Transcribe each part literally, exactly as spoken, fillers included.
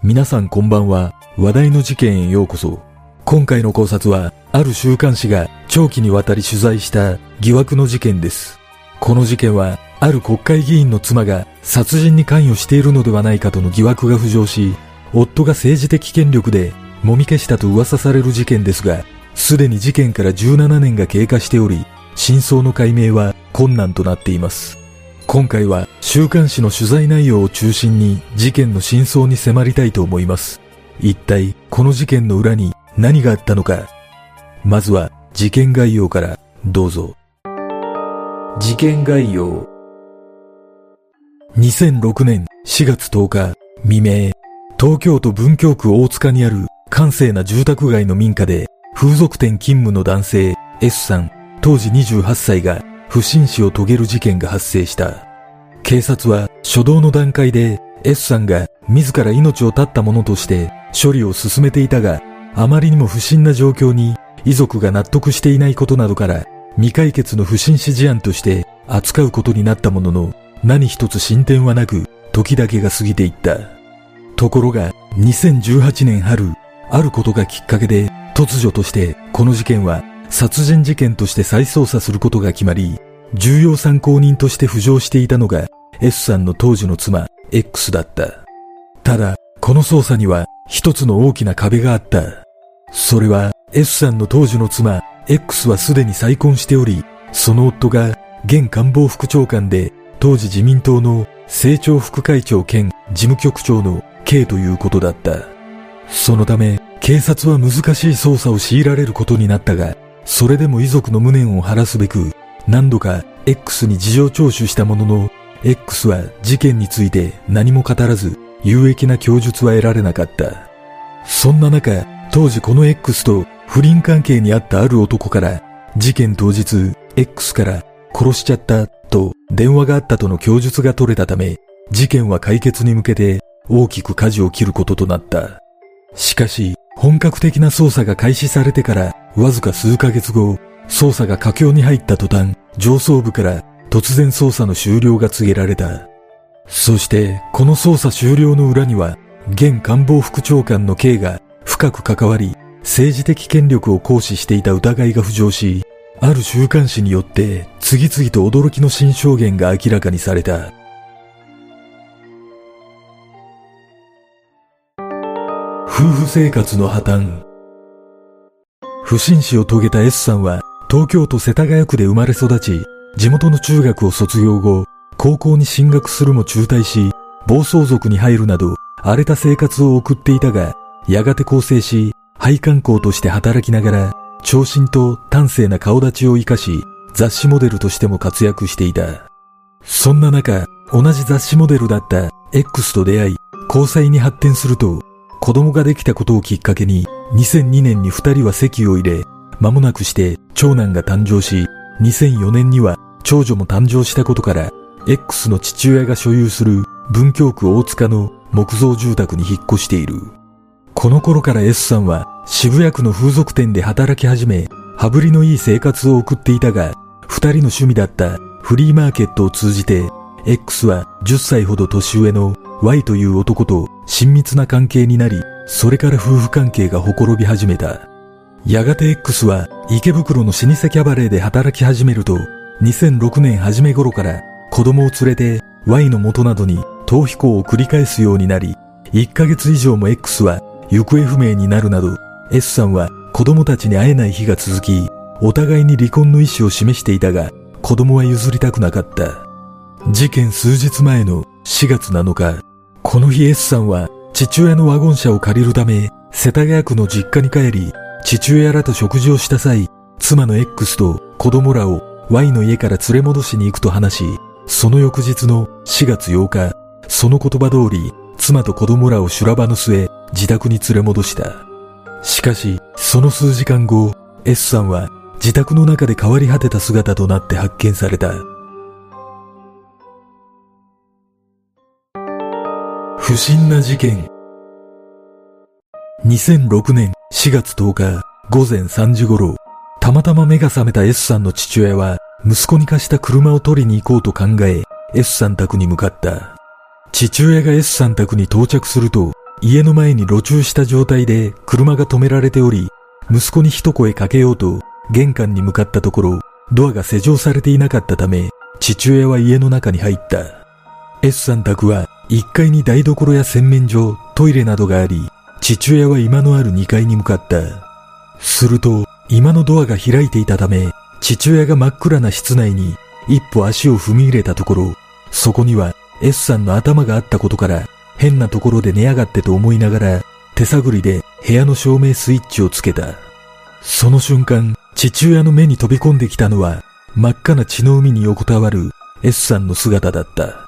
皆さんこんばんは。話題の事件へようこそ。今回の考察は、ある週刊誌が長期にわたり取材した疑惑の事件です。この事件は、ある国会議員の妻が殺人に関与しているのではないかとの疑惑が浮上し、夫が政治的権力でもみ消したと噂される事件ですが、すでに事件からじゅうななねんが経過しており、真相の解明は困難となっています。今回は週刊誌の取材内容を中心に事件の真相に迫りたいと思います。一体この事件の裏に何があったのか。まずは事件概要からどうぞ。事件概要。にせんろくねんしがつとおか未明、東京都文京区大塚にある閑静な住宅街の民家で風俗店勤務の男性 S さん、当時にじゅうはっさいが不審死を遂げる事件が発生した。警察は初動の段階で S さんが自ら命を絶ったものとして処理を進めていたが、あまりにも不審な状況に遺族が納得していないことなどから未解決の不審死事案として扱うことになったものの、何一つ進展はなく時だけが過ぎていった。ところがにせんじゅうはちねん春、あることがきっかけで突如としてこの事件は殺人事件として再捜査することが決まり、重要参考人として浮上していたのが S さんの当時の妻 X だった。ただ、この捜査には一つの大きな壁があった。それは S さんの当時の妻 X はすでに再婚しており、その夫が現官房副長官で当時自民党の政調副会長兼事務局長の K ということだった。そのため警察は難しい捜査を強いられることになったが、それでも遺族の無念を晴らすべく何度か X に事情聴取したものの、 X は事件について何も語らず有益な供述は得られなかった。そんな中、当時この X と不倫関係にあったある男から事件当日 X から殺しちゃったと電話があったとの供述が取れたため、事件は解決に向けて大きく舵を切ることとなった。しかし本格的な捜査が開始されてからわずか数ヶ月後、捜査が佳境に入った途端、上層部から突然捜査の終了が告げられた。そしてこの捜査終了の裏には、現官房副長官の K が深く関わり、政治的権力を行使していた疑いが浮上し、ある週刊誌によって次々と驚きの新証言が明らかにされた。夫婦生活の破綻。不審死を遂げた S さんは東京都世田谷区で生まれ育ち、地元の中学を卒業後、高校に進学するも中退し、暴走族に入るなど荒れた生活を送っていたが、やがて更生し、配管工として働きながら、長身と端正な顔立ちを生かし、雑誌モデルとしても活躍していた。そんな中、同じ雑誌モデルだった X と出会い、交際に発展すると、子供ができたことをきっかけに、にせんにねんに二人は籍を入れ、間もなくして長男が誕生し、にせんよねんには長女も誕生したことから、X の父親が所有する文京区大塚の木造住宅に引っ越している。この頃から S さんは渋谷区の風俗店で働き始め、羽振りのいい生活を送っていたが、二人の趣味だったフリーマーケットを通じて、X はじゅっさいほど年上の Y という男と親密な関係になり、それから夫婦関係がほころび始めた。やがて X は池袋の老舗キャバレーで働き始めると、にせんろくねん初め頃から子供を連れて Y の元などに逃避行を繰り返すようになり、いっかげつ以上も X は行方不明になるなど、 S さんは子供たちに会えない日が続き、お互いに離婚の意思を示していたが、子供は譲りたくなかった。事件数日前のしがつなのか、この日 S さんは父親のワゴン車を借りるため世田谷区の実家に帰り、父親らと食事をした際、妻の X と子供らを Y の家から連れ戻しに行くと話し、その翌日のしがつようか、その言葉通り妻と子供らを修羅場の末、自宅に連れ戻した。しかしその数時間後、 S さんは自宅の中で変わり果てた姿となって発見された。不審な事件。にせんろくねんしがつとおかごぜんさんじ頃、たまたま目が覚めた S さんの父親は息子に貸した車を取りに行こうと考え、 S さん宅に向かった。父親が S さん宅に到着すると、 家の前に路駐した状態で車が止められており、息子に一声かけようと玄関に向かったところ、ドアが施錠されていなかったため、父親は家の中に入った。S さん宅はいっかいに台所や洗面所、トイレなどがあり、父親は居間のあるにかいに向かった。すると、居間のドアが開いていたため、父親が真っ暗な室内に一歩足を踏み入れたところ、そこには S さんの頭があったことから、変なところで寝やがってと思いながら、手探りで部屋の照明スイッチをつけた。その瞬間、父親の目に飛び込んできたのは、真っ赤な血の海に横たわる S さんの姿だった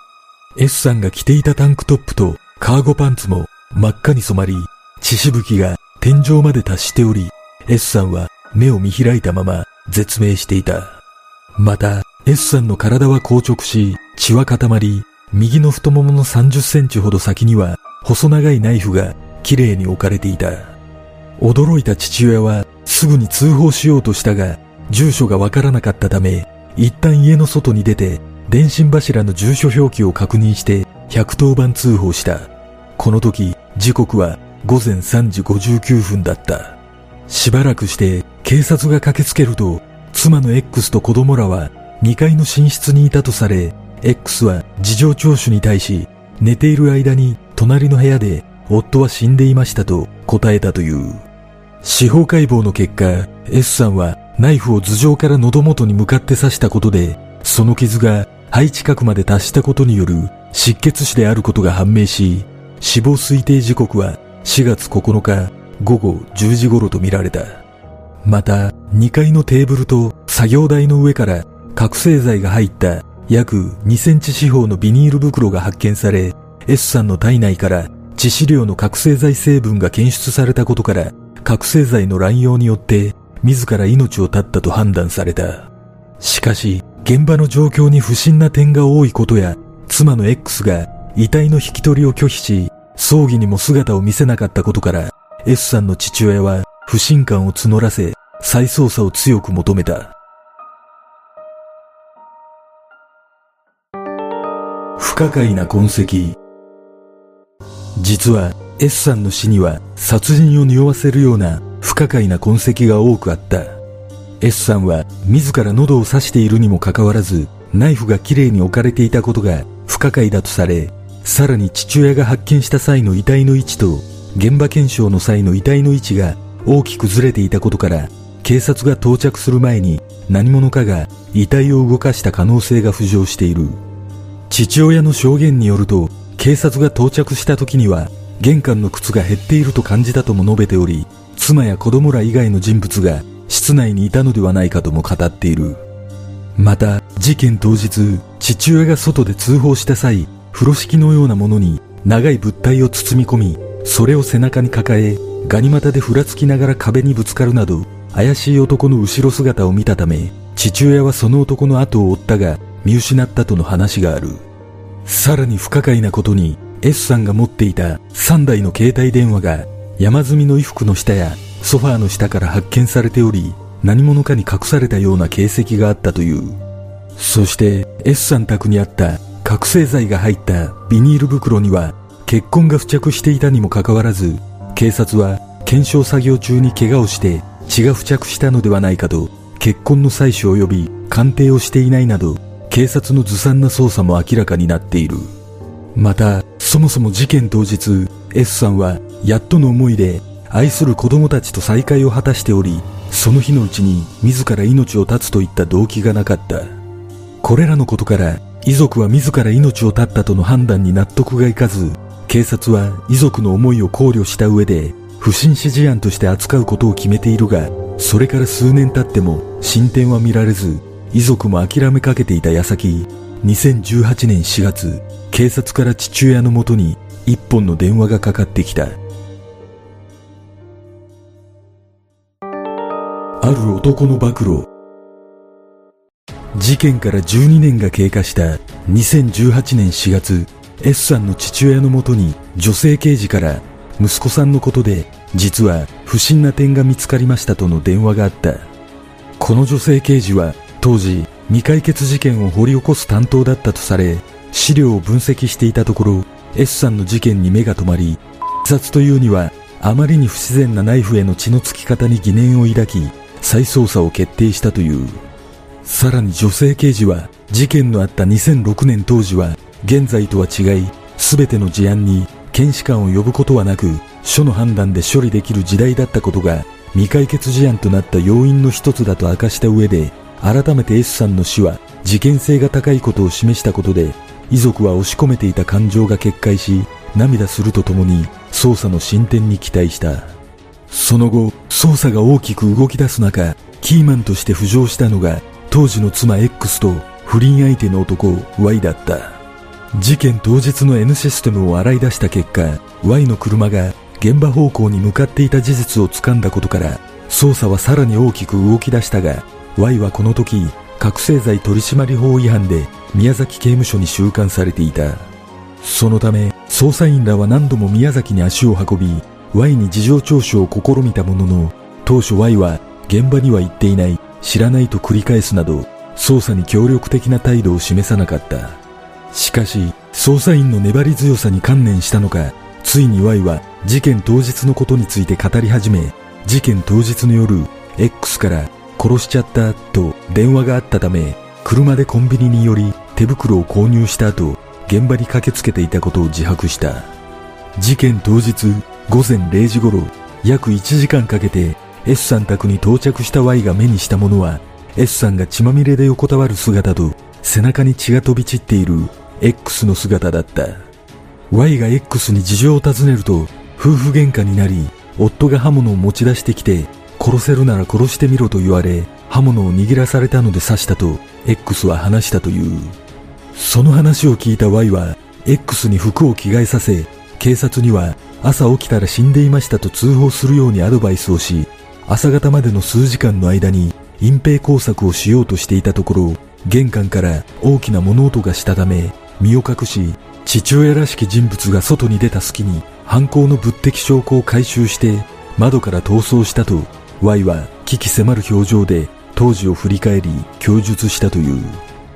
。S さんが着ていたタンクトップとカーゴパンツも真っ赤に染まり、血しぶきが天井まで達しており、S さんは目を見開いたまま絶命していた。また、S さんの体は硬直し、血は固まり、右の太もものさんじゅっセンチほど先には細長いナイフがきれいに置かれていた。驚いた父親はすぐに通報しようとしたが、住所がわからなかったため、一旦家の外に出て、電信柱の住所表記を確認してひゃくとおばん通報した。この時、時刻はごぜんさんじごじゅうきゅうふんだった。しばらくして警察が駆けつけると、妻の X と子供らはにかいの寝室にいたとされ、X は事情聴取に対し、寝ている間に隣の部屋で夫は死んでいましたと答えたという。司法解剖の結果、S さんはナイフを頭上から喉元に向かって刺したことで、その傷が肺近くまで達したことによる失血死であることが判明し、死亡推定時刻はしがつここのかごごじゅうじ頃とみられた。また、にかいのテーブルと作業台の上から覚醒剤が入った約にセンチ四方のビニール袋が発見され、S さんの体内から致死量の覚醒剤成分が検出されたことから、覚醒剤の乱用によって自ら命を絶ったと判断された。しかし、現場の状況に不審な点が多いことや、妻の X が遺体の引き取りを拒否し、葬儀にも姿を見せなかったことから、S さんの父親は不信感を募らせ、再捜査を強く求めた。不可解な痕跡。実は S さんの死には殺人を匂わせるような不可解な痕跡が多くあった。S さんは自ら喉を刺しているにもかかわらず、ナイフがきれいに置かれていたことが不可解だとされ、さらに父親が発見した際の遺体の位置と現場検証の際の遺体の位置が大きくずれていたことから、警察が到着する前に何者かが遺体を動かした可能性が浮上している。父親の証言によると、警察が到着した時には玄関の靴が減っていると感じたとも述べており、妻や子供ら以外の人物が室内にいたのではないかとも語っている。また、事件当日、父親が外で通報した際、風呂敷のようなものに長い物体を包み込み、それを背中に抱え、ガニ股でふらつきながら壁にぶつかるなど、怪しい男の後ろ姿を見たため、父親はその男の後を追ったが、見失ったとの話がある。さらに不可解なことに、S さんが持っていたさんだいの携帯電話が山積みの衣服の下やソファーの下から発見されており、何者かに隠されたような形跡があったという。そして S さん宅にあった覚醒剤が入ったビニール袋には血痕が付着していたにもかかわらず、警察は検証作業中に怪我をして血が付着したのではないかと血痕の採取及び鑑定をしていないなど、警察のずさんな捜査も明らかになっている。また、そもそも事件当日、S さんはやっとの思いで愛する子供たちと再会を果たしており、その日のうちに自ら命を絶つといった動機がなかった。これらのことから遺族は自ら命を絶ったとの判断に納得がいかず、警察は遺族の思いを考慮した上で不審死事案として扱うことを決めているが、それから数年経っても進展は見られず、遺族も諦めかけていた矢先、にせんじゅうはちねんしがつ、警察から父親のもとに一本の電話がかかってきた。ある男の暴露。事件からじゅうにねんが経過したにせんじゅうはちねんしがつ、S さんの父親のもとに女性刑事から息子さんのことで実は不審な点が見つかりましたとの電話があった。この女性刑事は当時未解決事件を掘り起こす担当だったとされ、資料を分析していたところ S さんの事件に目が留まり、 自殺というにはあまりに不自然なナイフへの血のつき方に疑念を抱き、再捜査を決定したという。さらに女性刑事は、事件のあったにせんろくねん当時は現在とは違い、すべての事案に検視官を呼ぶことはなく、署の判断で処理できる時代だったことが未解決事案となった要因の一つだと明かした上で、改めて S さんの死は事件性が高いことを示したことで、遺族は押し込めていた感情が決壊し、涙するとともに捜査の進展に期待した。その後、捜査が大きく動き出す中、キーマンとして浮上したのが当時の妻 X と不倫相手の男 Y だった。事件当日の N システムを洗い出した結果、Y の車が現場方向に向かっていた事実を掴んだことから、捜査はさらに大きく動き出したが、Y はこの時、覚醒剤取締法違反で宮崎刑務所に収監されていた。そのため、捜査員らは何度も宮崎に足を運び、Y に事情聴取を試みたものの、当初 Y は現場には行っていない、知らないと繰り返すなど、捜査に協力的な態度を示さなかった。しかし、捜査員の粘り強さに観念したのか、ついに Y は事件当日のことについて語り始め、事件当日の夜、X から殺しちゃったと電話があったため、車でコンビニに寄り手袋を購入した後、現場に駆けつけていたことを自白した。事件当日ごぜんれいじ頃、約いちじかんかけて S さん宅に到着した Y が目にしたものは、 S さんが血まみれで横たわる姿と背中に血が飛び散っている X の姿だった。 Y が X に事情を尋ねると、夫婦喧嘩になり、夫が刃物を持ち出してきて、殺せるなら殺してみろと言われ、刃物を握らされたので刺したと X は話したという。その話を聞いた Y は X に服を着替えさせ、警察には朝起きたら死んでいましたと通報するようにアドバイスをし、朝方までの数時間の間に隠蔽工作をしようとしていたところ、玄関から大きな物音がしたため身を隠し、父親らしき人物が外に出た隙に犯行の物的証拠を回収して窓から逃走したと Y は鬼気迫る表情で当時を振り返り供述したという。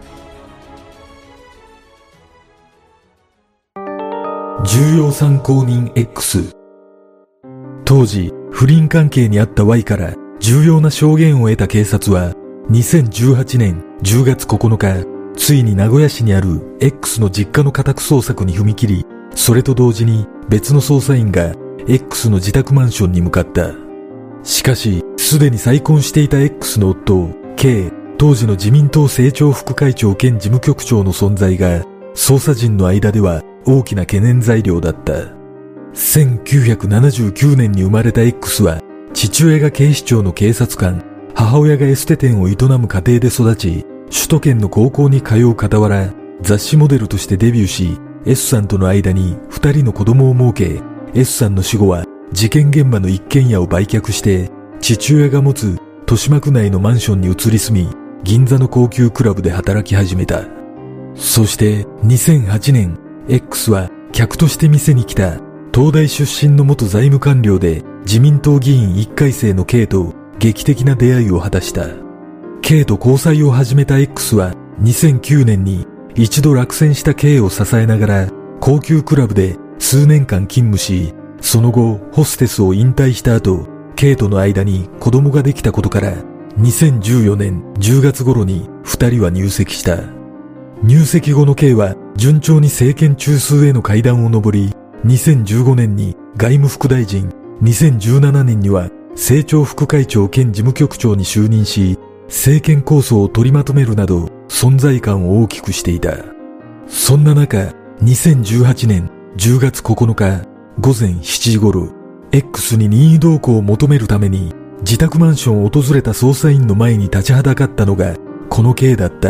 重要参考人 X。 当時不倫関係にあった Y から重要な証言を得た警察はにせんじゅうはちねんじゅうがつここのか、ついに名古屋市にある X の実家の家宅捜索に踏み切り、それと同時に別の捜査員が X の自宅マンションに向かった。しかし、すでに再婚していた X の夫 K、 当時の自民党政調副会長兼事務局長の存在が捜査陣の間では大きな懸念材料だった。せんきゅうひゃくななじゅうきゅうねんに生まれた X は、父親が警視庁の警察官、母親がエステ店を営む家庭で育ち、首都圏の高校に通う傍ら、雑誌モデルとしてデビューし、S さんとの間に二人の子供を設け、S さんの死後は事件現場の一軒家を売却して、父親が持つ豊島区内のマンションに移り住み、銀座の高級クラブで働き始めた。そしてにせんはちねん、X は客として店に来た東大出身の元財務官僚で自民党議員一回生の K と劇的な出会いを果たした。K と交際を始めた X はにせんきゅうねんに一度落選した K を支えながら高級クラブで数年間勤務し、その後ホステスを引退した後、K との間に子供ができたことからにせんじゅうよねんじゅうがつ頃に二人は入籍した。入籍後の K は順調に政権中枢への階段を上り、にせんじゅうごねんに外務副大臣、にせんじゅうななねんには政調副会長兼事務局長に就任し、政権構想を取りまとめるなど存在感を大きくしていた。そんな中、にせんじゅうはちねんじゅうがつここのかごぜんしちじ頃、X に任意同行を求めるために自宅マンションを訪れた捜査員の前に立ちはだかったのがこの K だった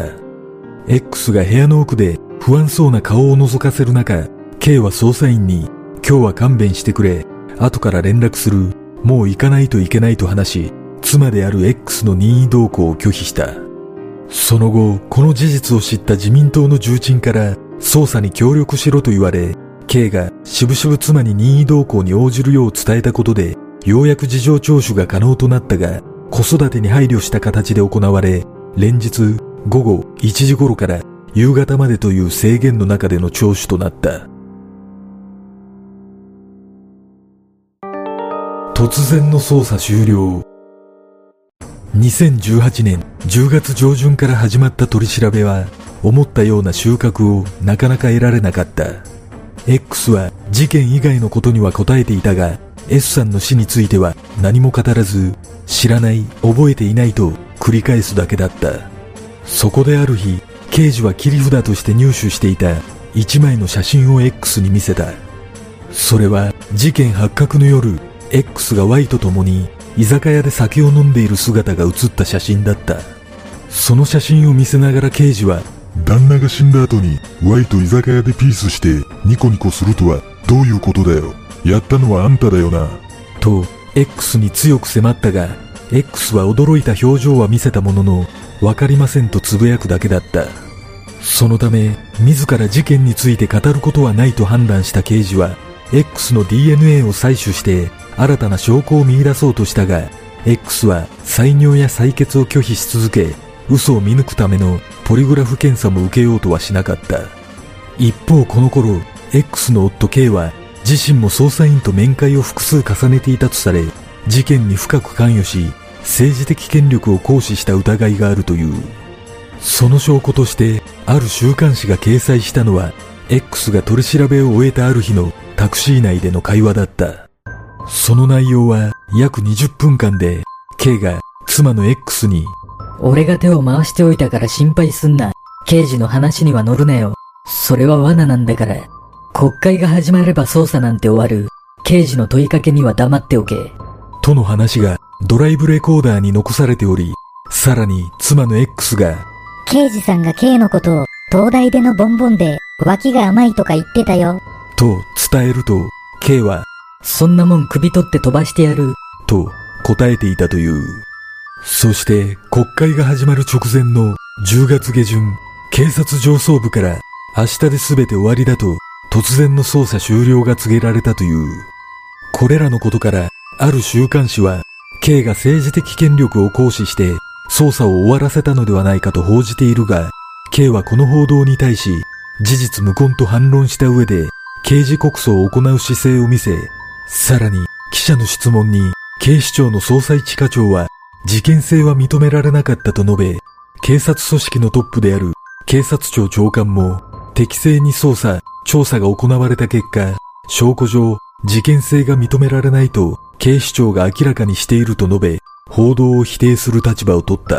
。X が部屋の奥で不安そうな顔を覗かせる中、K は捜査員に、今日は勘弁してくれ、後から連絡する、もう行かないといけないと話し、妻である X の任意同行を拒否した。その後、この事実を知った自民党の重鎮から捜査に協力しろと言われ、K がしぶしぶ妻に任意同行に応じるよう伝えたことで、ようやく事情聴取が可能となったが、子育てに配慮した形で行われ、連日ごごいちじ頃から夕方までという制限の中での聴取となった。 突然の捜査終了。にせんじゅうはちねんじゅうがつ上旬から始まった取り調べは、思ったような収穫をなかなか得られなかった。X は事件以外のことには答えていたが、S さんの死については何も語らず、知らない、覚えていないと繰り返すだけだった。そこである日、刑事は切り札として入手していた一枚の写真を X に見せた。それは事件発覚の夜、X が Y と共に居酒屋で酒を飲んでいる姿が写った写真だった。その写真を見せながら刑事は、 旦那が死んだ後に Y と居酒屋でピースしてニコニコするとはどういうことだよ。やったのはあんただよな。 と X に強く迫ったが、X は驚いた表情は見せたものの、わかりませんとつぶやくだけだった。そのため、自ら事件について語ることはないと判断した刑事は、X の ディーエヌエー を採取して新たな証拠を見出そうとしたが、X は採尿や採血を拒否し続け、嘘を見抜くためのポリグラフ検査も受けようとはしなかった。一方この頃、X の夫 K は自身も捜査員と面会を複数重ねていたとされ、事件に深く関与し、政治的権力を行使した疑いがあるという。その証拠として、ある週刊誌が掲載したのは、X が取り調べを終えたある日のタクシー内での会話だった。その内容は約にじゅっぷんかんで、K が妻の X に、 俺が手を回しておいたから心配すんな。刑事の話には乗るなよ。それは罠なんだから。国会が始まれば捜査なんて終わる。刑事の問いかけには黙っておけ。 との話がドライブレコーダーに残されており、さらに妻の X が、 刑事さんが K のことを東大でのボンボンで脇が甘いとか言ってたよ。 と伝えると、K は、 そんなもん首取って飛ばしてやる。 と答えていたという。そして国会が始まる直前のじゅうがつげじゅん、警察上層部から明日で全て終わりだと突然の捜査終了が告げられたという。これらのことからある週刊誌は K が政治的権力を行使して捜査を終わらせたのではないかと報じているが、 K はこの報道に対し事実無根と反論した上で刑事告訴を行う姿勢を見せ、さらに記者の質問に警視庁の捜査一課長は事件性は認められなかったと述べ、警察組織のトップである警察庁長官も適正に捜査、調査が行われた結果、証拠上事件性が認められないと警視庁が明らかにしていると述べ、報道を否定する立場を取った。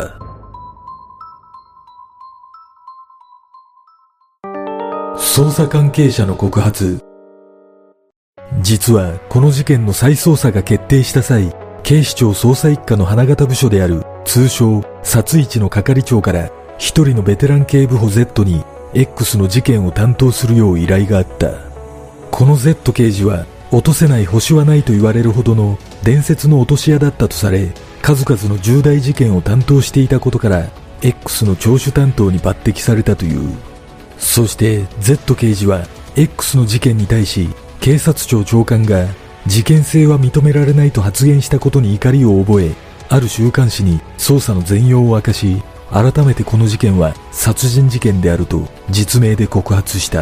捜査関係者の告発。実はこの事件の再捜査が決定した際、警視庁捜査一課の花形部署である通称殺一の係長から一人のベテラン警部補 Z に X の事件を担当するよう依頼があった。この Z 刑事は落とせない星はないと言われるほどの伝説の落とし屋だったとされ、数々の重大事件を担当していたことから X の聴取担当に抜擢されたという。そして Z 刑事は X の事件に対し、警察庁長官が事件性は認められないと発言したことに怒りを覚え、ある週刊誌に捜査の全容を明かし、改めてこの事件は殺人事件であると実名で告発した。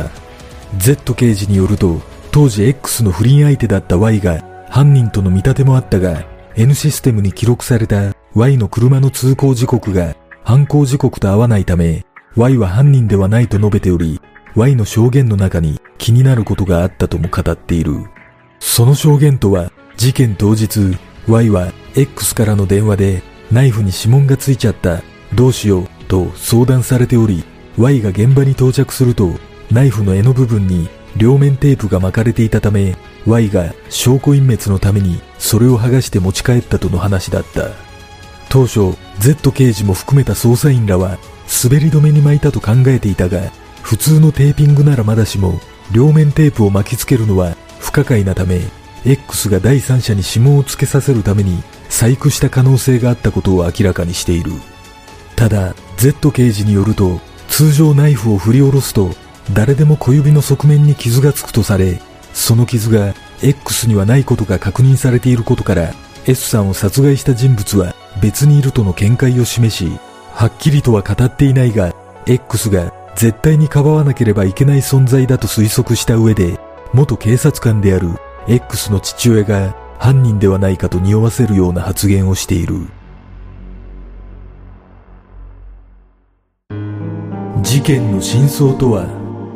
Z 刑事によると、当時 X の不倫相手だった Y が犯人との見立てもあったが、 N システムに記録された Y の車の通行時刻が犯行時刻と合わないため Y は犯人ではないと述べており、 Y の証言の中に気になることがあったとも語っている。その証言とは、事件当日 Y は X からの電話でナイフに指紋がついちゃった、どうしようと相談されており、 Y が現場に到着するとナイフの柄の部分に両面テープが巻かれていたため、 Y が証拠隠滅のためにそれを剥がして持ち帰ったとの話だった。当初 Z 刑事も含めた捜査員らは滑り止めに巻いたと考えていたが、普通のテーピングならまだしも両面テープを巻きつけるのは不可解なため、 X が第三者に指紋をつけさせるために細工した可能性があったことを明らかにしている。ただ Z 刑事によると、通常ナイフを振り下ろすと誰でも小指の側面に傷がつくとされ、その傷が X にはないことが確認されていることから、 S さんを殺害した人物は別にいるとの見解を示し、はっきりとは語っていないが X が絶対にかばわなければいけない存在だと推測した上で、元警察官である X の父親が犯人ではないかと匂わせるような発言をしている。事件の真相とは。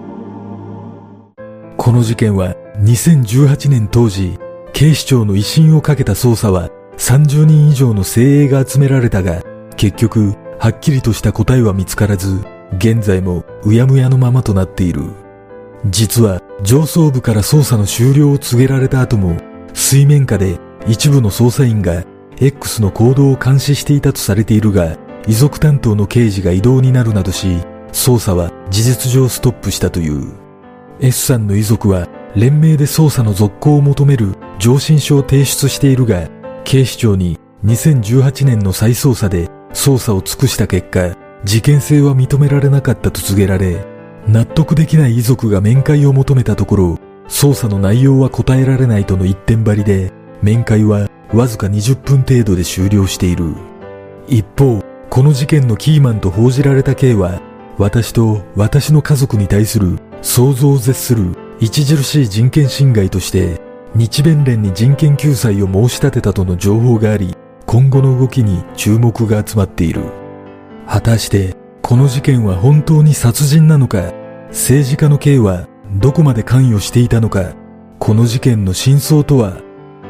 この事件はにせんじゅうはちねん当時、警視庁の威信をかけた捜査はさんじゅうにん以上の精鋭が集められたが、結局はっきりとした答えは見つからず、現在もうやむやのままとなっている。実は上層部から捜査の終了を告げられた後も、水面下で一部の捜査員が X の行動を監視していたとされているが、遺族担当の刑事が異動になるなどし、捜査は事実上ストップしたという。S さんの遺族は連名で捜査の続行を求める上申書を提出しているが、警視庁ににせんじゅうはちねんの再捜査で捜査を尽くした結果、事件性は認められなかったと告げられ、納得できない遺族が面会を求めたところ、捜査の内容は答えられないとの一点張りで、面会はわずかにじゅっぷん程度で終了している。一方、この事件のキーマンと報じられた K は、私と私の家族に対する想像を絶する著しい人権侵害として、日弁連に人権救済を申し立てたとの情報があり、今後の動きに注目が集まっている。果たして、この事件は本当に殺人なのか、政治家の K はどこまで関与していたのか、この事件の真相とは。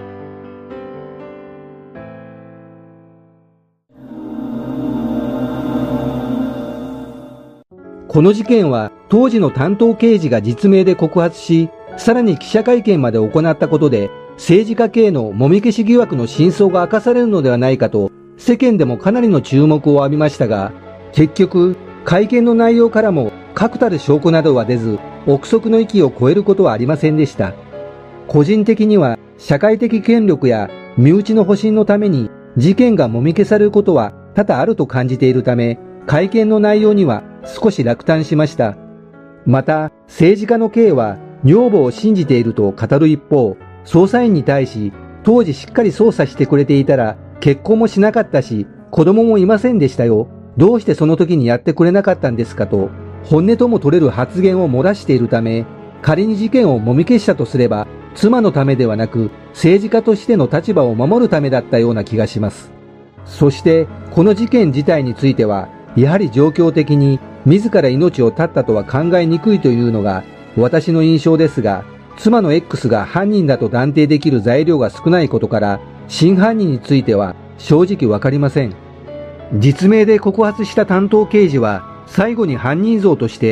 この事件は当時の担当刑事が実名で告発し、さらに記者会見まで行ったことで、政治家系のもみ消し疑惑の真相が明かされるのではないかと、世間でもかなりの注目を浴びましたが、結局、会見の内容からも確たる証拠などは出ず、憶測の域を超えることはありませんでした。個人的には、社会的権力や身内の保身のために事件がもみ消されることは多々あると感じているため、会見の内容には少し落胆しました。また、政治家の K は女房を信じていると語る一方、捜査員に対し、当時しっかり捜査してくれていたら結婚もしなかったし、子供もいませんでしたよ。どうしてその時にやってくれなかったんですかと、本音とも取れる発言を漏らしているため、仮に事件をもみ消したとすれば、妻のためではなく、政治家としての立場を守るためだったような気がします。そして、この事件自体については、やはり状況的に自ら命を絶ったとは考えにくいというのが私の印象ですが、妻の X が犯人だと断定できる材料が少ないことから、真犯人については正直わかりません。実名で告発した担当刑事は、最後に犯人像として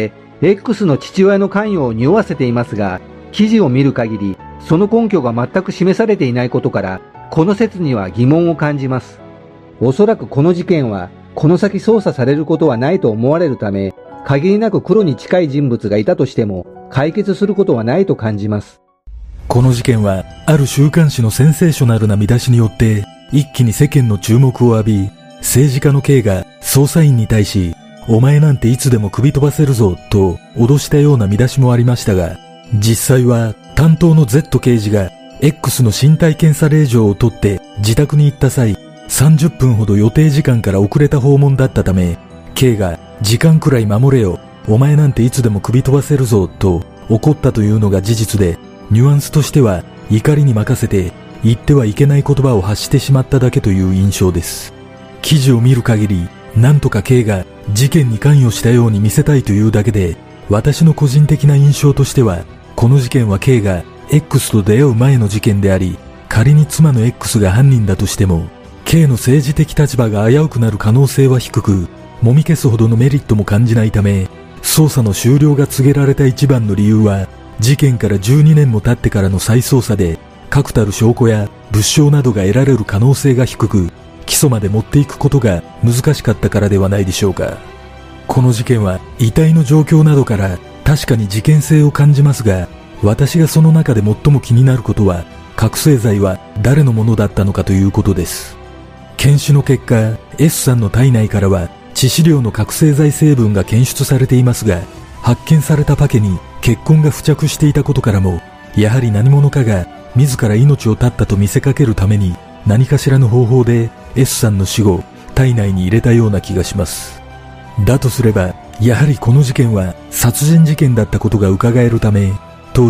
X の父親の関与を匂わせていますが、記事を見る限り、その根拠が全く示されていないことから、この説には疑問を感じます。おそらくこの事件は、この先捜査されることはないと思われるため、限りなく黒に近い人物がいたとしても、解決することはないと感じます。 この事件は、ある週刊誌のセンセーショナルな見出しによって、一気に世間の注目を浴び、政治家の K が捜査員に対し、お前なんていつでも首飛ばせるぞ、と脅したような見出しもありましたが、実際は担当の Z 刑事が X の身体検査令状を取って自宅に行った際、さんじゅっぷんほど予定時間から遅れた訪問だったため、K が時間くらい守れよ、お前なんていつでも首飛ばせるぞ、と怒ったというのが事実で、ニュアンスとしては怒りに任せて言ってはいけない言葉を発してしまっただけという印象です。記事を見る限り、なんとか K が事件に関与したように見せたいというだけで、私の個人的な印象としては、この事件は K が X と出会う前の事件であり、仮に妻の X が犯人だとしても、K の政治的立場が危うくなる可能性は低く、もみ消すほどのメリットも感じないため、捜査の終了が告げられた一番の理由は、事件からじゅうにねんも経ってからの再捜査で、確たる証拠や物証などが得られる可能性が低く、起訴まで持っていくことが難しかったからではないでしょうか。この事件は遺体の状況などから確かに事件性を感じますが、私がその中で最も気になることは、覚醒剤は誰のものだったのかということです。検視の結果、S さんの体内からは致死量の覚醒剤成分が検出されていますが、発見されたパケに血痕が付着していたことからも、やはり何者かが自ら命を絶ったと見せかけるために、何かしらの方法で S さんの死後、体内に入れたような気がします。だとすれば、やはりこの事件は殺人事件だったことが伺えるため、当時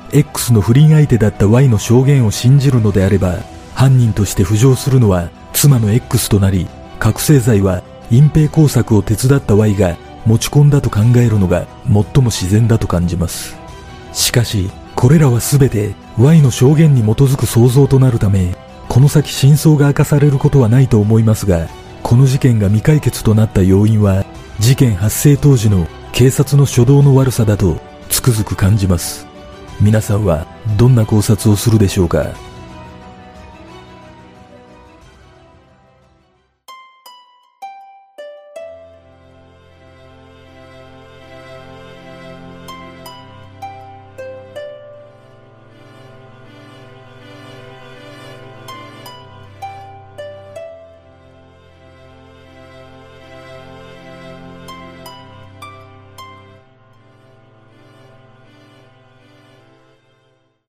X の不倫相手だった Y の証言を信じるのであれば、犯人として浮上するのは妻の X となり、覚醒剤は隠蔽工作を手伝った Y が持ち込んだと考えるのが最も自然だと感じます。しかし、これらはすべて Y の証言に基づく想像となるため、この先真相が明かされることはないと思いますが、この事件が未解決となった要因は、事件発生当時の警察の初動の悪さだとつくづく感じます。皆さんはどんな考察をするでしょうか。